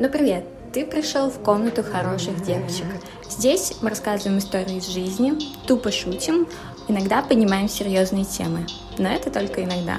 Ну привет! Ты пришел в комнату хороших девочек. Здесь мы рассказываем истории из жизни, тупо шутим, иногда поднимаем серьезные темы. Но это только иногда.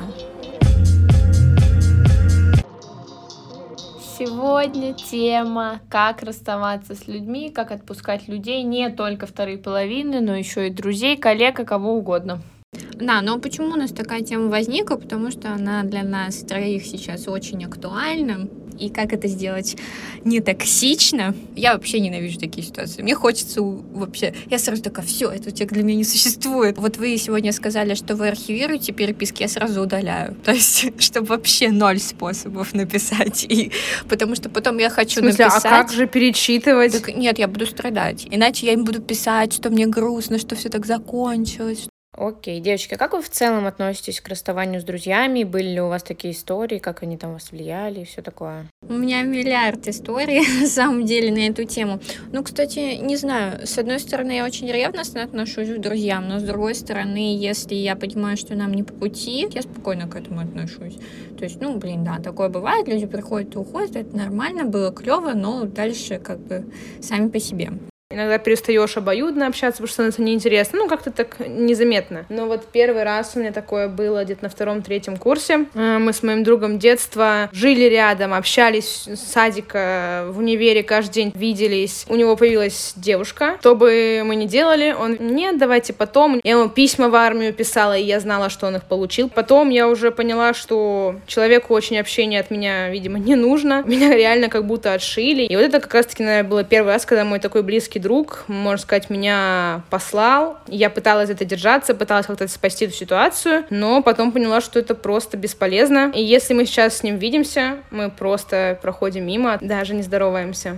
Сегодня тема «Как расставаться с людьми, как отпускать людей, не только второй половины, но еще и друзей, коллег и кого угодно». Да, но почему у нас такая тема возникла? Потому что она для нас троих сейчас очень актуальна. И как это сделать не токсично? Я вообще ненавижу такие ситуации. Мне хочется вообще... Я сразу такая, все, этот человек для меня не существует. Вот вы сегодня сказали, что вы архивируете переписки, я сразу удаляю. То есть, чтобы вообще 0 способов написать. Потому что потом я хочу написать... А как же перечитывать? Так, нет, я буду страдать. Иначе я им буду писать, что мне грустно, что все так закончилось. Окей, девочки, а как вы в целом относитесь к расставанию с друзьями? Были ли у вас такие истории, как они там вас влияли и все такое? У меня миллиард историй, на самом деле, на эту тему. Ну, кстати, не знаю, с одной стороны, я очень ревностно отношусь к друзьям, но с другой стороны, если я понимаю, что нам не по пути, я спокойно к этому отношусь. То есть, да, такое бывает, люди приходят и уходят, это нормально, было клево, но дальше как бы сами по себе. Иногда перестаешь обоюдно общаться, потому что становится неинтересно, как-то так незаметно. Но вот первый раз у меня такое было где-то на 2-3 курсе. Мы с моим другом детства жили рядом, общались с садика, в универе каждый день виделись. У него появилась девушка. Что бы мы ни делали, он: нет, давайте потом. Я ему письма в армию писала, и я знала, что он их получил. Потом я уже поняла, что человеку очень общение от меня, видимо, не нужно. Меня реально как будто отшили. И вот это как раз-таки, наверное, было первый раз, когда мой такой близкий друг, можно сказать, меня послал. Я пыталась это держаться, пыталась как-то спасти эту ситуацию, но потом поняла, что это просто бесполезно. И если мы сейчас с ним видимся, мы просто проходим мимо, даже не здороваемся.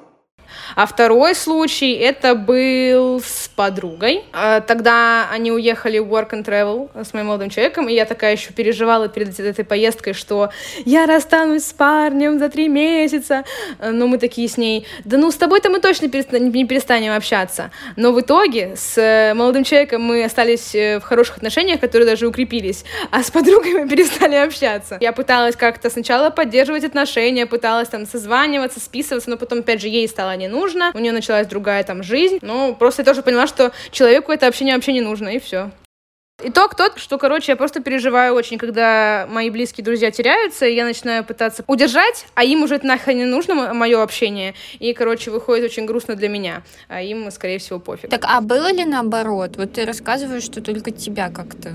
А второй случай, это был с подругой. Тогда они уехали в work and travel с моим молодым человеком, и я такая еще переживала перед этой поездкой, что я расстанусь с парнем за 3 месяца. Но мы такие с ней: да ну с тобой-то мы точно не перестанем общаться. Но в итоге с молодым человеком мы остались в хороших отношениях, которые даже укрепились, а с подругой мы перестали общаться. Я пыталась как-то сначала поддерживать отношения, пыталась там созваниваться, списываться, но потом, опять же, ей стало не нужно. У нее началась другая там жизнь. Но просто я тоже поняла, что человеку это общение вообще не нужно, и все. Итог тот, что, я просто переживаю очень, когда мои близкие друзья теряются, и я начинаю пытаться удержать, а им уже это нахрен не нужно, мое общение. И, выходит очень грустно для меня, а им, скорее всего, пофиг. Так, а было ли наоборот? Вот ты рассказываешь, что только тебя как-то,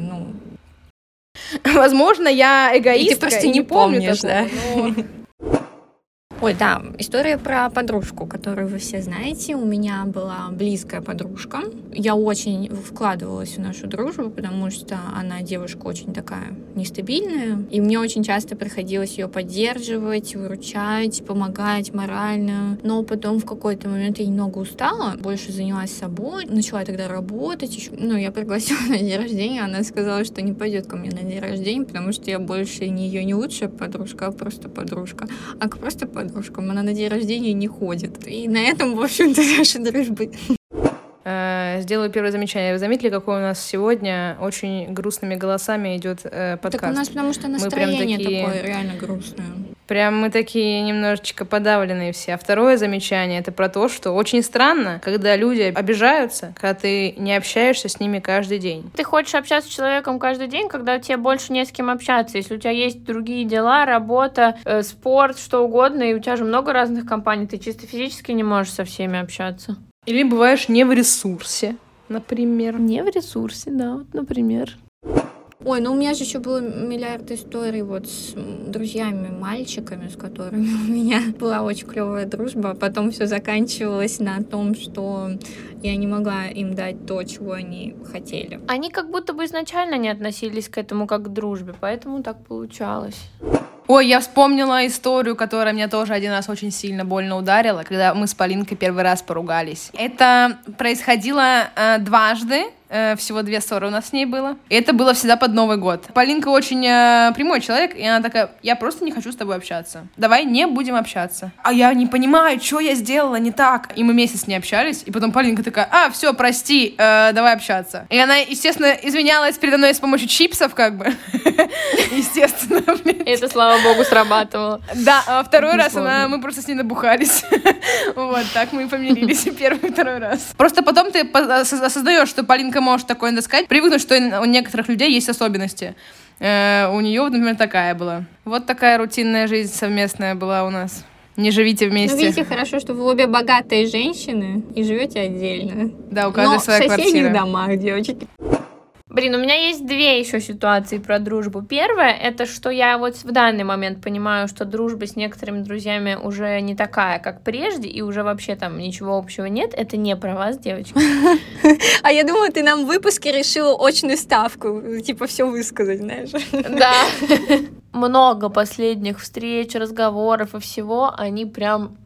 Возможно, я эгоистка, и ты просто не помнишь, такого, да? Ой, да, история про подружку, которую вы все знаете. У меня была близкая подружка. Я очень вкладывалась в нашу дружбу, потому что она девушка очень такая нестабильная. И мне очень часто приходилось ее поддерживать, выручать, помогать морально. Но потом в какой-то момент я немного устала, больше занялась собой. Начала тогда работать. Я пригласила на день рождения. Она сказала, что не пойдет ко мне на день рождения, потому что я больше ее не лучшая подружка, а просто подружка. А просто подружкам она на день рождения не ходит. И на этом, в общем-то, наша дружба. Сделаю первое замечание. Вы заметили, какой у нас сегодня очень грустными голосами идет подкаст? Так у нас потому что настроение такое реально грустное. Прям мы такие немножечко подавленные все. А второе замечание — это про то, что очень странно, когда люди обижаются, когда ты не общаешься с ними каждый день. Ты хочешь общаться с человеком каждый день, когда у тебя больше не с кем общаться. Если у тебя есть другие дела, работа, спорт, что угодно, и у тебя же много разных компаний, ты чисто физически не можешь со всеми общаться. Или бываешь не в ресурсе, например. Не в ресурсе, да, например. Ой, у меня же еще было миллиард историй с друзьями-мальчиками, с которыми у меня была очень клевая дружба, а потом все заканчивалось на том, что я не могла им дать то, чего они хотели. Они как будто бы изначально не относились к этому как к дружбе, поэтому так получалось. Ой, я вспомнила историю, которая меня тоже один раз очень сильно больно ударила, когда мы с Полинкой первый раз поругались. Это происходило дважды Всего 2 ссоры у нас с ней было. И это было всегда под Новый год. Полинка очень прямой человек, и она такая: я просто не хочу с тобой общаться. Давай не будем общаться. А я не понимаю, что я сделала не так. И мы месяц не общались, и потом Полинка такая: все, прости, давай общаться. И она, естественно, извинялась передо мной с помощью чипсов, как бы. Естественно, блядь. Это, слава богу, срабатывало. Да, а второй раз мы просто с ней набухались. Вот, так мы и помирились первый и второй раз. Просто потом ты осознаешь, что Полинка может такое натаскать, привыкнуть, что у некоторых людей есть особенности. У нее, например, такая была. Вот такая рутинная жизнь совместная была у нас. Не живите вместе. Ну, видите, хорошо, что вы обе богатые женщины и живете отдельно. Да, у каждой своя квартира. Но в соседних домах, девочки. Блин, у меня есть 2 еще ситуации про дружбу. Первое, это что я вот в данный момент понимаю, что дружба с некоторыми друзьями уже не такая, как прежде, и уже вообще там ничего общего нет. Это не про вас, девочки. А я думала, ты нам в выпуске решила очную ставку, типа все высказать, знаешь. Да. Много последних встреч, разговоров и всего, они прям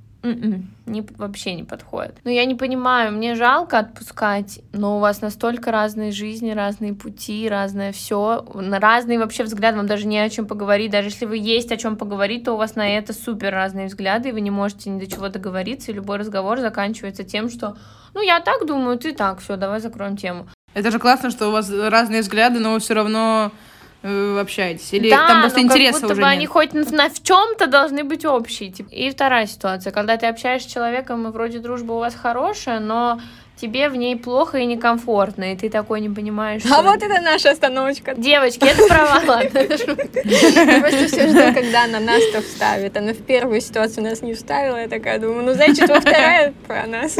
вообще не подходят. Но я не понимаю, мне жалко отпускать, но у вас настолько разные жизни, разные пути, разное все, разные вообще взгляды, вам даже не о чем поговорить, даже если вы есть о чем поговорить, то у вас на это супер разные взгляды, и вы не можете ни до чего договориться, и любой разговор заканчивается тем, что я так думаю, ты так, все, давай закроем тему. Это же классно, что у вас разные взгляды, но вы все равно общаетесь. Или да, там просто интереса как будто уже бы нет. они хоть в чем-то должны быть общие. И вторая ситуация, когда ты общаешься с человеком, и вроде дружба у вас хорошая, но тебе в ней плохо и некомфортно, и ты такой не понимаешь, что... А вот это наша остановочка. Девочки, это права, ладно. Я просто все жду, когда она нас-то вставит. Она в первую ситуацию нас не вставила, я такая думаю, значит, во вторая про нас.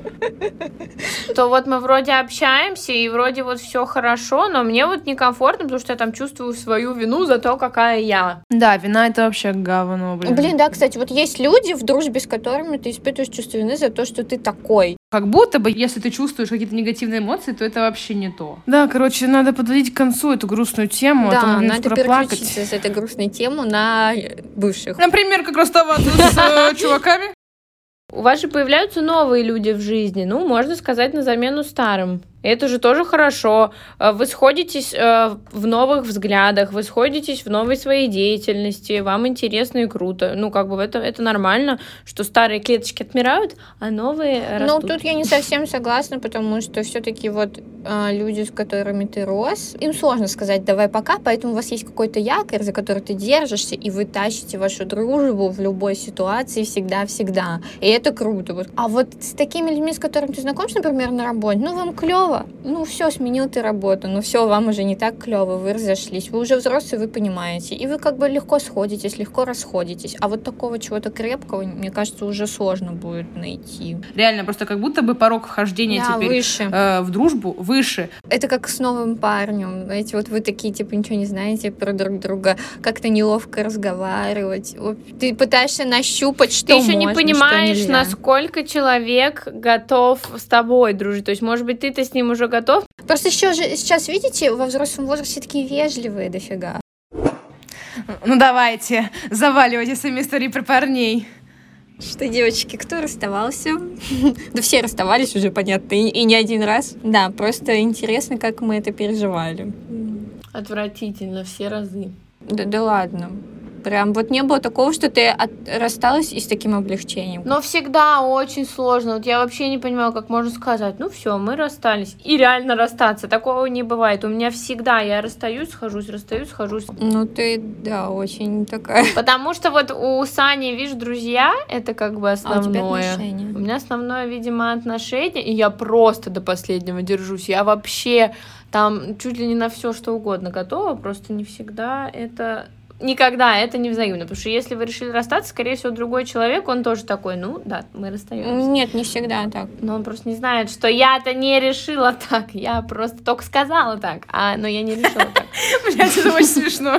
То вот мы вроде общаемся, и вроде вот все хорошо, но мне вот некомфортно, потому что я там чувствую свою вину за то, какая я. Да, вина — это вообще говно, блин. Блин, да, кстати, вот есть люди в дружбе, с которыми ты испытываешь чувство вины за то, что ты такой. Как будто бы, если ты чувствуешь какие-то негативные эмоции, то это вообще не то. Да, короче, надо подводить к концу эту грустную тему, а то мы будем надо скоро переключиться плакать. с этой грустной темы на бывших. Например, как расставаться с чуваками. У вас же появляются новые люди в жизни, можно сказать, на замену старым. Это же тоже хорошо. Вы сходитесь в новых взглядах, вы сходитесь в новой своей деятельности, вам интересно и круто. Это нормально, что старые клеточки отмирают, а новые растут. Тут я не совсем согласна, потому что все-таки люди, с которыми ты рос, им сложно сказать «давай пока», поэтому у вас есть какой-то якорь, за который ты держишься, и вы тащите вашу дружбу в любой ситуации всегда-всегда. И это круто. А вот с такими людьми, с которыми ты знакомишься, например, на работе, вам клево. Все, сменил ты работу, все, вам уже не так клево, вы разошлись, вы уже взрослые, вы понимаете, и вы легко сходитесь, легко расходитесь, а вот такого чего-то крепкого, мне кажется, уже сложно будет найти. Реально, просто как будто бы порог вхождения теперь выше. В дружбу выше. Это как с новым парнем, знаете, вы такие, ничего не знаете про друг друга, как-то неловко разговаривать, ты пытаешься нащупать, что можно, ты еще не понимаешь, что насколько человек готов с тобой дружить, то есть, может быть, ты-то с ним уже готов. Просто еще же сейчас, видите, во взрослом возрасте такие вежливые дофига. Давайте, заваливайте своими истории про парней. Что, девочки, кто расставался? Да все расставались уже, понятно, и не один раз. Да, просто интересно, как мы это переживали. Отвратительно, все разы. Да ладно. Прям не было такого, что ты рассталась и с таким облегчением. Но всегда очень сложно. Я вообще не понимаю, как можно сказать, все, мы расстались. И реально расстаться. Такого не бывает. У меня всегда я расстаюсь, схожусь. Ты, да, очень такая. Потому что у Сани, видишь, друзья, это как бы основное. А у тебя отношения? У меня основное, видимо, отношения, и я просто до последнего держусь. Я вообще там чуть ли не на все, что угодно готова, просто не всегда это... Никогда это не взаимно, потому что если вы решили расстаться, скорее всего, другой человек, он тоже такой, да, мы расстаемся. Нет, не всегда так. Но он просто не знает, что я-то не решила так, я просто только сказала так, но я не решила так. Блядь, это очень смешно.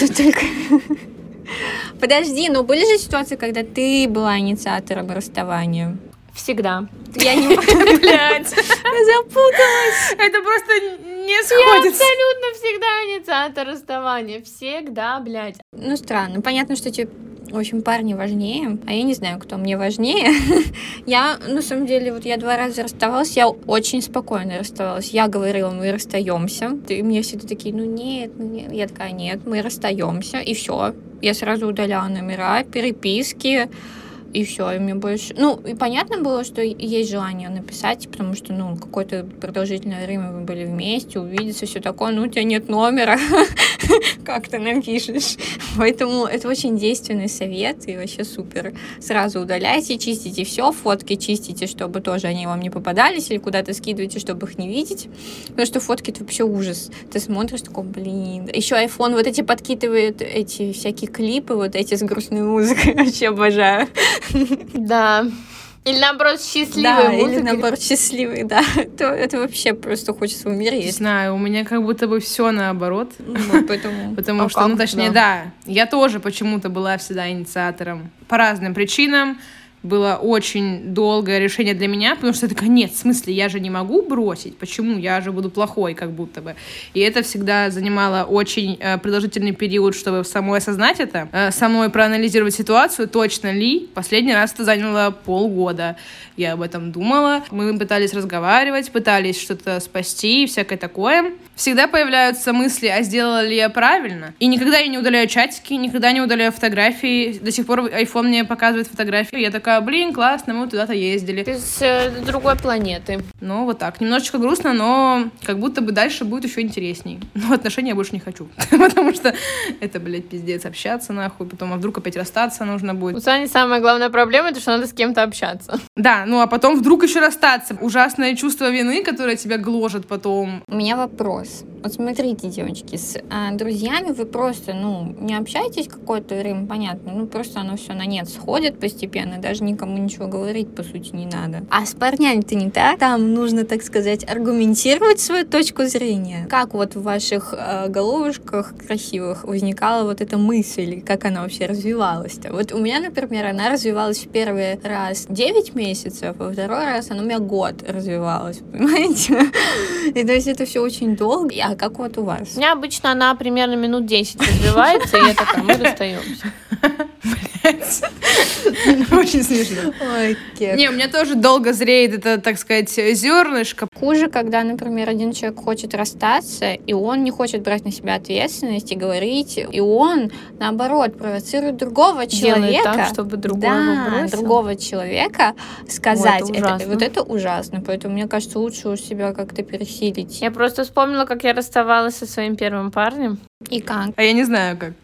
Подожди, были же ситуации, когда ты была инициатором расставания? Всегда. Я не... Блядь, запуталась. Это просто не сходится. Я абсолютно всегда инициатор расставания. Всегда, блядь. Странно. Понятно, что тебе В общем, парни важнее, а я не знаю, кто мне важнее. Я, на самом деле, вот я 2 раза расставалась, я очень спокойно расставалась. Я говорила, мы расстаемся. И мне всегда такие, нет. Я такая, нет, мы расстаемся, и все. Я сразу удаляла номера, переписки, и все, и мне больше... и понятно было, что есть желание написать, потому что, какое-то продолжительное время вы были вместе, увидеться, все такое, у тебя нет номера, как ты напишешь? Поэтому это очень действенный совет, и вообще супер. Сразу удаляйте, чистите все, фотки чистите, чтобы тоже они вам не попадались, или куда-то скидывайте, чтобы их не видеть, потому что фотки — это вообще ужас. Ты смотришь, такой, Еще iPhone вот эти подкидывает, эти всякие клипы, вот эти с грустной музыкой, вообще обожаю. Да. Или наоборот счастливый. Да, или наоборот счастливый, да. Это вообще просто хочется умереть. Не знаю, у меня как будто бы все наоборот. Потому что, точнее, да, я тоже почему-то была всегда инициатором по разным причинам. Было очень долгое решение для меня, потому что я такая, нет, в смысле, я же не могу бросить, почему? Я же буду плохой, как будто бы. И это всегда занимало очень продолжительный период, чтобы самой осознать это, самой проанализировать ситуацию, точно ли. Последний раз это заняло полгода. Я об этом думала. Мы пытались разговаривать, пытались что-то спасти и всякое такое. Всегда появляются мысли, а сделала ли я правильно? И никогда я не удаляю чатики, никогда не удаляю фотографии. До сих пор iPhone мне показывает фотографии. Я такая, классно, мы туда-то ездили. Ты с другой планеты. Вот так. Немножечко грустно, но как будто бы дальше будет еще интересней. Но отношения я больше не хочу. Потому что это, пиздец, общаться нахуй. Потом, а вдруг опять расстаться нужно будет. У Сани самая главная проблема — это что надо с кем-то общаться. Да, а потом вдруг еще расстаться. Ужасное чувство вины, которое тебя гложет потом. У меня вопрос. Вот смотрите, девочки, с друзьями вы просто, не общаетесь какое-то время, понятно, просто оно все на нет сходит постепенно, даже никому ничего говорить, по сути, не надо. А с парнями-то не так. Там нужно, так сказать, аргументировать свою точку зрения. Как вот в ваших головушках красивых возникала вот эта мысль, как она вообще развивалась-то? Вот у меня, например, она развивалась в первый раз 9 месяцев, а во второй раз она у меня год развивалась, понимаете? И то есть это все очень долго. А как вот у вас? У меня обычно она примерно минут 10 развивается, и я такая, мы расстаемся. Очень смешно. Не, у меня тоже долго зреет это, так сказать, зернышко. Хуже, когда, например, один человек хочет расстаться, и он не хочет брать на себя ответственность и говорить, и он, наоборот, провоцирует другого человека. Делает так, чтобы другого человека сказать. Это это ужасно. Поэтому, мне кажется, лучше уж себя как-то пересилить. Я просто вспомнила, как я расставалась со своим первым парнем. И как? А я не знаю, как.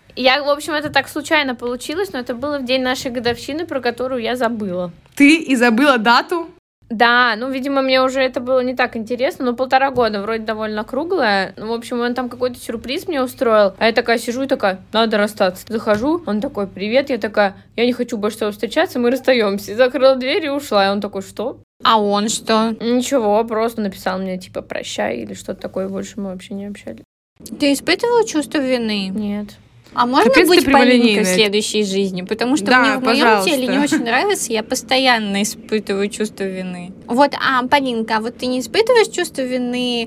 В общем, это так случайно получилось, но это было в день нашей годовщины, про которую я забыла. Ты и забыла дату? Да, видимо, мне уже это было не так интересно, но 1,5 года, вроде довольно круглое. В общем, он там какой-то сюрприз мне устроил, а я такая сижу и такая, надо расстаться. Захожу, он такой, привет, я такая, я не хочу больше с тобой встречаться, мы расстаемся. Закрыла дверь и ушла, и он такой, что? А он что? Ничего, просто написал мне, прощай или что-то такое, больше мы вообще не общались. Ты испытывала чувство вины? Нет. А можно быть Полинкой в следующей жизни? Потому что мне в моем теле не очень нравится, я постоянно испытываю чувство вины. Полинка, вот ты не испытываешь чувство вины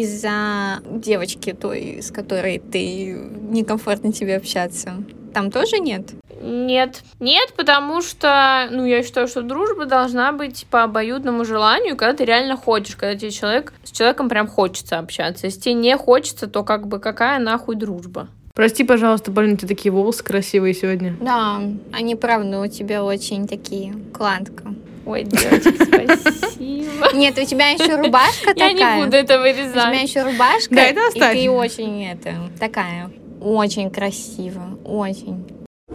из-за девочки той, с которой ты некомфортно тебе общаться? Там тоже нет? Нет, потому что, я считаю, что дружба должна быть по обоюдному желанию, когда ты реально хочешь, когда тебе с человеком прям хочется общаться. Если тебе не хочется, то какая нахуй дружба? Прости, пожалуйста, Полин, у тебя такие волосы красивые сегодня. Да, они, правда, у тебя очень такие, кладка. Ой, девочки, спасибо. Нет, у тебя еще рубашка такая. Я не буду это вырезать. У тебя еще рубашка, да, это оставь. И ты очень такая, очень красиво, очень.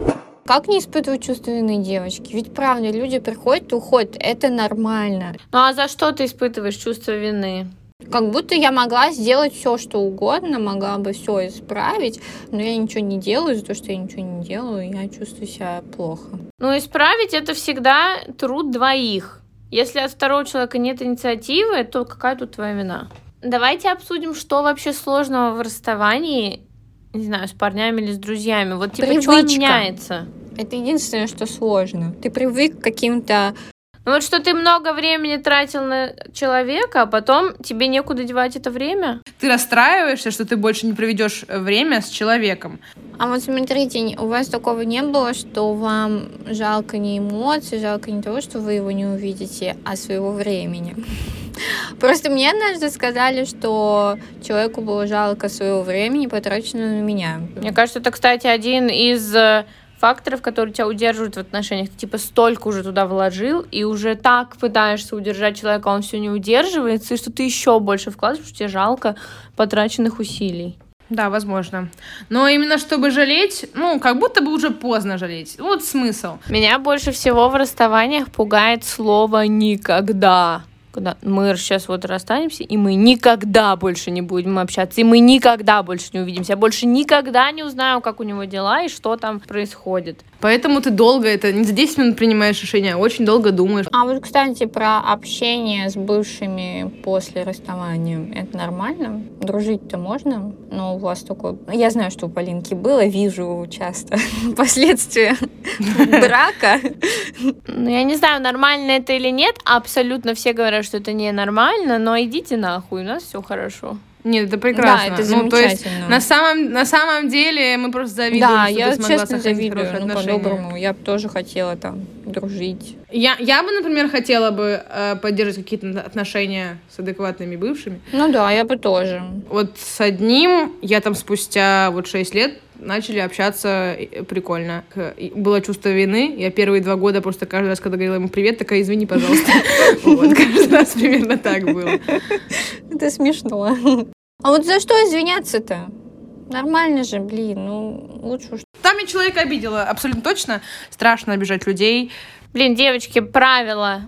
Как не испытывать чувство вины, девочки? Ведь правда, люди приходят и уходят, это нормально. А за что ты испытываешь чувство вины? Как будто я могла сделать все, что угодно, могла бы все исправить, но я ничего не делаю, за то, что я ничего не делаю, я чувствую себя плохо. Исправить это всегда труд двоих. Если от второго человека нет инициативы, то какая тут твоя вина? Давайте обсудим, что вообще сложного в расставании, не знаю, с парнями или с друзьями. Привычка. Что меняется? Это единственное, что сложно. Ты привык к каким-то Ну вот что ты много времени тратил на человека, а потом тебе некуда девать это время? Ты расстраиваешься, что ты больше не проведешь время с человеком. А вот смотрите, у вас такого не было, что вам жалко не эмоций, жалко не того, что вы его не увидите, а своего времени? Просто мне однажды сказали, что человеку было жалко своего времени, потраченного на меня. Мне кажется, это, кстати, один из факторов, которые тебя удерживают в отношениях. Ты типа столько уже туда вложил, и уже так пытаешься удержать человека, а он все не удерживается, и что ты еще больше вкладываешь, что тебе жалко потраченных усилий. Да, возможно. Но именно чтобы жалеть, как будто бы уже поздно жалеть. Вот смысл. Меня больше всего в расставаниях пугает слово «никогда». Когда мы сейчас вот расстанемся, и мы никогда больше не будем общаться, и мы никогда больше не увидимся. Я больше никогда не узнаю, как у него дела и что там происходит. Поэтому ты долго это, не за 10 минут принимаешь решение, а очень долго думаешь. А вот, кстати, про общение с бывшими после расставания. Это нормально? Дружить-то можно? Но у вас такое... Я знаю, что у Полинки было, вижу часто последствия брака. Ну, я не знаю, нормально это или нет. Абсолютно все говорят, что это ненормально, но идите нахуй, у нас все хорошо. Нет, это прекрасно. Да, это замечательно. То есть, на самом деле мы просто завидуем, да, что я ты смогла честно сохранить завидую, хорошие отношения. по-доброму. Я бы тоже хотела там дружить. Я бы, например, хотела бы поддерживать какие-то отношения с адекватными бывшими. Ну да, я бы тоже. Вот с одним я там спустя 6 лет начали общаться прикольно. Было чувство вины. Я первые 2 года просто каждый раз, когда говорила ему привет, такая, извини, пожалуйста. Вот, каждый раз примерно так было. Это смешно. А вот за что извиняться-то? Нормально же, лучше уж. Там я человека обидела, абсолютно точно. Страшно обижать людей. Блин, девочки, правило,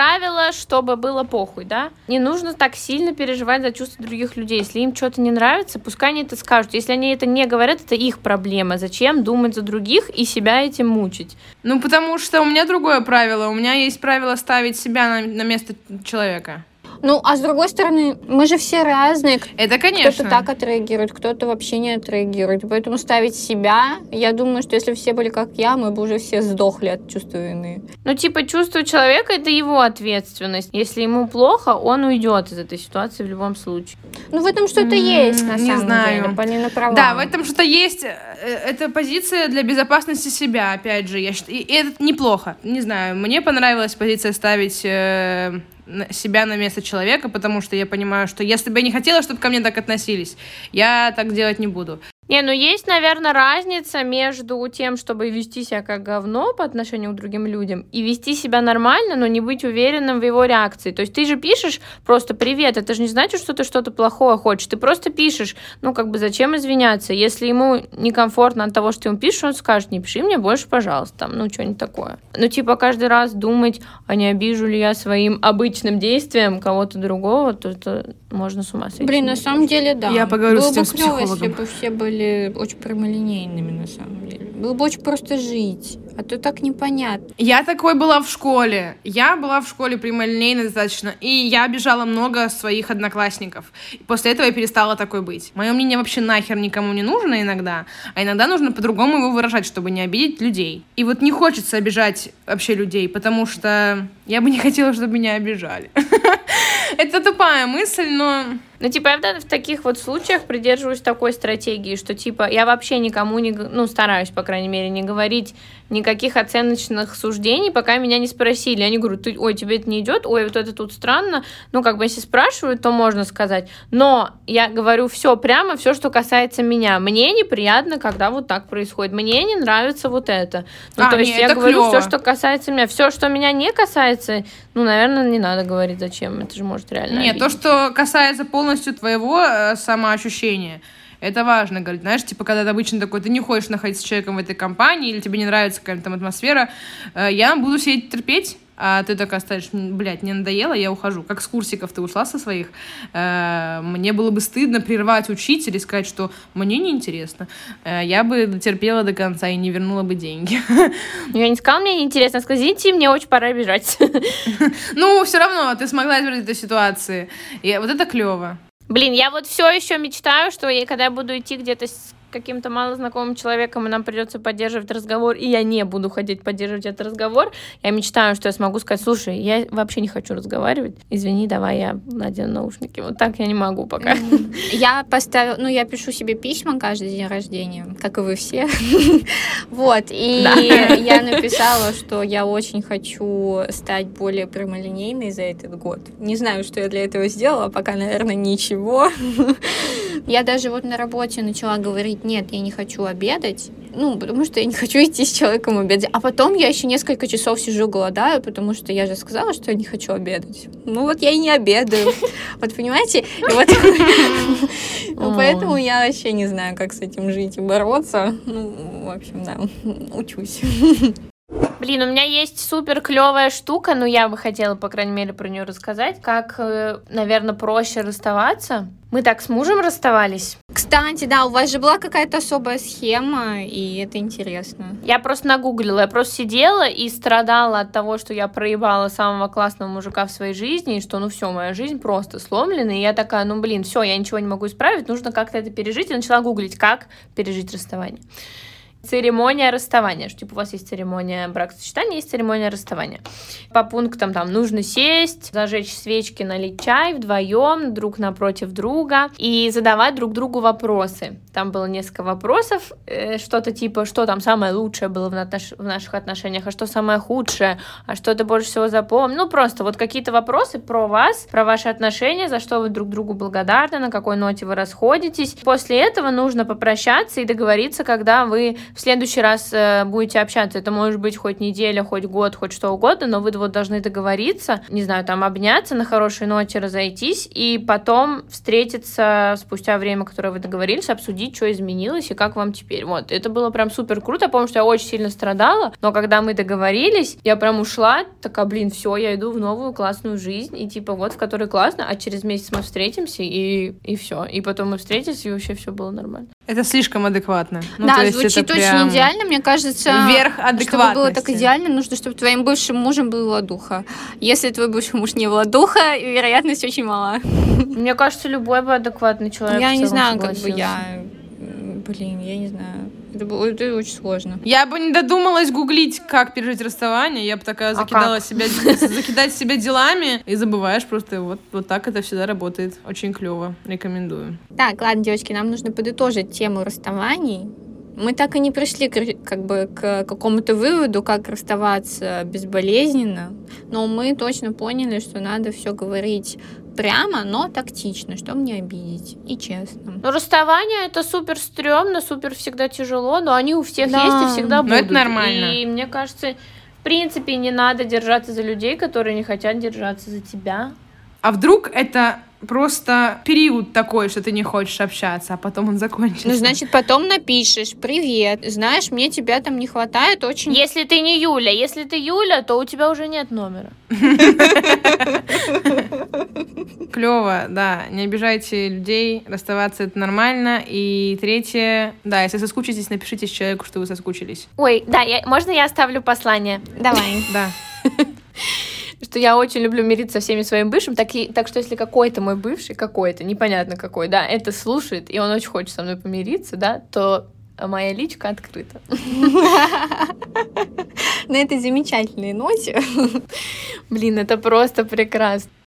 чтобы было похуй, да? Не нужно так сильно переживать за чувства других людей. Если им что-то не нравится, пускай они это скажут. Если они это не говорят, это их проблема. Зачем думать за других и себя этим мучить? Потому что у меня другое правило. У меня есть правило ставить себя на место человека. А с другой стороны, мы же все разные. Это, конечно. Кто-то так отреагирует, кто-то вообще не отреагирует. Поэтому ставить себя, я думаю, что если все были как я, мы бы уже все сдохли от чувства вины. Чувство человека — это его ответственность. Если ему плохо, он уйдет из этой ситуации в любом случае. В этом что-то есть, на не самом знаю. деле. Полина права. Да, в этом что-то есть. Это позиция для безопасности себя, опять же. Я считаю, и это неплохо. Не знаю, мне понравилась позиция ставить себя на место человека, потому что я понимаю, что если бы я не хотела, чтобы ко мне так относились, я так делать не буду. Есть, наверное, разница между тем, чтобы вести себя как говно по отношению к другим людям и вести себя нормально, но не быть уверенным в его реакции. То есть ты же пишешь просто «привет», это же не значит, что ты что-то плохое хочешь, ты просто пишешь, зачем извиняться? Если ему некомфортно от того, что ты ему пишешь, он скажет: не пиши мне больше, пожалуйста, что-нибудь такое. Каждый раз думать, а не обижу ли я своим обычным действием кого-то другого, то это можно с ума сойти. Блин, на самом деле, да. Я поговорю с этим клёво, психологом. если бы все были очень прямолинейными, на самом деле. Было бы очень просто жить, а то так непонятно. Я такой была в школе. Я была в школе прямолинейной достаточно, и я обижала много своих одноклассников. И после этого я перестала такой быть. Мое мнение вообще нахер никому не нужно иногда, а иногда нужно по-другому его выражать, чтобы не обидеть людей. И не хочется обижать вообще людей, потому что я бы не хотела, чтобы меня обижали. Это тупая мысль, но... я в таких случаях придерживаюсь такой стратегии, что, я вообще никому не... стараюсь, по крайней мере, не говорить никаких оценочных суждений, пока меня не спросили. Я не говорю: ой, тебе это не идет, ой, вот это тут странно. Если спрашивают, то можно сказать. Но я говорю все прямо, все, что касается меня. Мне неприятно, когда вот так происходит. Мне не нравится вот это. То есть я говорю все, что касается меня. Все, что меня не касается, наверное, не надо говорить зачем. Это же может реально Нет, обидеть. то, что касается полностью твоего самоощущения, это важно говорить. Знаешь, когда ты обычно такой, ты не хочешь находиться с человеком в этой компании, или тебе не нравится какая-то там атмосфера, я буду сидеть терпеть, а ты такая стоишь: блядь, мне надоело, я ухожу. Как с курсиков ты ушла со своих. Мне было бы стыдно прервать учителя и сказать, что мне неинтересно. Я бы дотерпела до конца и не вернула бы деньги. Я не сказала, мне неинтересно. Я сказала: извините, мне очень пора бежать. Все равно ты смогла избежать этой ситуации. И вот это клево. Блин, я все еще мечтаю, что когда я буду идти где-то каким-то малознакомым человеком, и нам придется поддерживать разговор, и я не буду ходить поддерживать этот разговор, я мечтаю, что я смогу сказать: слушай, я вообще не хочу разговаривать, извини, давай я надену наушники. Вот так я не могу пока. Я поставила, я пишу себе письма каждый день рождения, как и вы все. Вот, и я написала, что я очень хочу стать более прямолинейной за этот год. Не знаю, что я для этого сделала, пока, наверное, ничего. Я даже вот на работе начала говорить: нет, я не хочу обедать, потому что я не хочу идти с человеком обедать. А потом я еще несколько часов сижу, голодаю, потому что я же сказала, что я не хочу обедать. Вот я и не обедаю. Вот понимаете? И вот поэтому я вообще не знаю, как с этим жить и бороться. В общем, да, учусь. Блин, у меня есть супер клевая штука, но я бы хотела, по крайней мере, про нее рассказать. Как, наверное, проще расставаться. Мы так с мужем расставались. Кстати, да, у вас же была какая-то особая схема, и это интересно. Я просто нагуглила, я просто сидела и страдала от того, что я проебала самого классного мужика в своей жизни, и что, все, моя жизнь просто сломлена, и я такая: все, я ничего не могу исправить, нужно как-то это пережить, и начала гуглить, как пережить расставание. Церемония расставания, что у вас есть церемония бракосочетания, есть церемония расставания. По пунктам там нужно сесть, зажечь свечки, налить чай вдвоем, друг напротив друга, и задавать друг другу вопросы. Там было несколько вопросов, что-то типа, что там самое лучшее было в наших отношениях, а что самое худшее, а что ты больше всего запомнил. Просто вот какие-то вопросы про вас, про ваши отношения, за что вы друг другу благодарны, на какой ноте вы расходитесь. После этого нужно попрощаться и договориться, когда вы в следующий раз будете общаться. Это может быть хоть неделя, хоть год, хоть что угодно, но вы вот должны договориться, не знаю, там обняться, на хорошей ноте разойтись, и потом встретиться спустя время, которое вы договорились, обсудить, что изменилось и как вам теперь. Вот, это было прям супер круто. Я помню, что я очень сильно страдала, но когда мы договорились, я прям ушла, такая: все, я иду в новую классную жизнь, и в которой классно, а через месяц мы встретимся, и все. И потом мы встретились, и вообще все было нормально. Это слишком адекватно. Да, звучит очень идеально, мне кажется. Верх адекватности. Чтобы было так идеально, нужно, чтобы твоим бывшим мужем был Владуха. Если твой бывший муж не Владуха, вероятность очень мала. Мне кажется, любой бы адекватный человек. Я не знаю, я не знаю. Это очень сложно. Я бы не додумалась гуглить, как пережить расставание. Я бы такая закидать себя делами, и забываешь просто. Вот так это всегда работает. Очень клево. Рекомендую. Так, ладно, девочки, нам нужно подытожить тему расставаний. Мы так и не пришли к какому-то выводу, как расставаться безболезненно, но мы точно поняли, что надо все говорить прямо, но тактично, чтобы не обидеть, и честно. Расставание — это супер стрёмно, супер всегда тяжело, но они у всех есть и всегда будут. Но это нормально. И мне кажется, в принципе, не надо держаться за людей, которые не хотят держаться за тебя. А вдруг это просто период такой, что ты не хочешь общаться, а потом он закончится? Значит, потом напишешь: привет, знаешь, мне тебя там не хватает очень. Если ты не Юля, если ты Юля, то у тебя уже нет номера. Клево, да, не обижайте людей, расставаться — это нормально. И третье, да, если соскучитесь, напишите человеку, что вы соскучились. Ой, да, можно я оставлю послание? Давай. Да. Что я очень люблю мириться со всеми своими бывшими, так что если какой-то мой бывший, непонятно какой, да, это слушает, и он очень хочет со мной помириться, да, то моя личка открыта. На этой замечательной ноте. Блин, это просто прекрасно.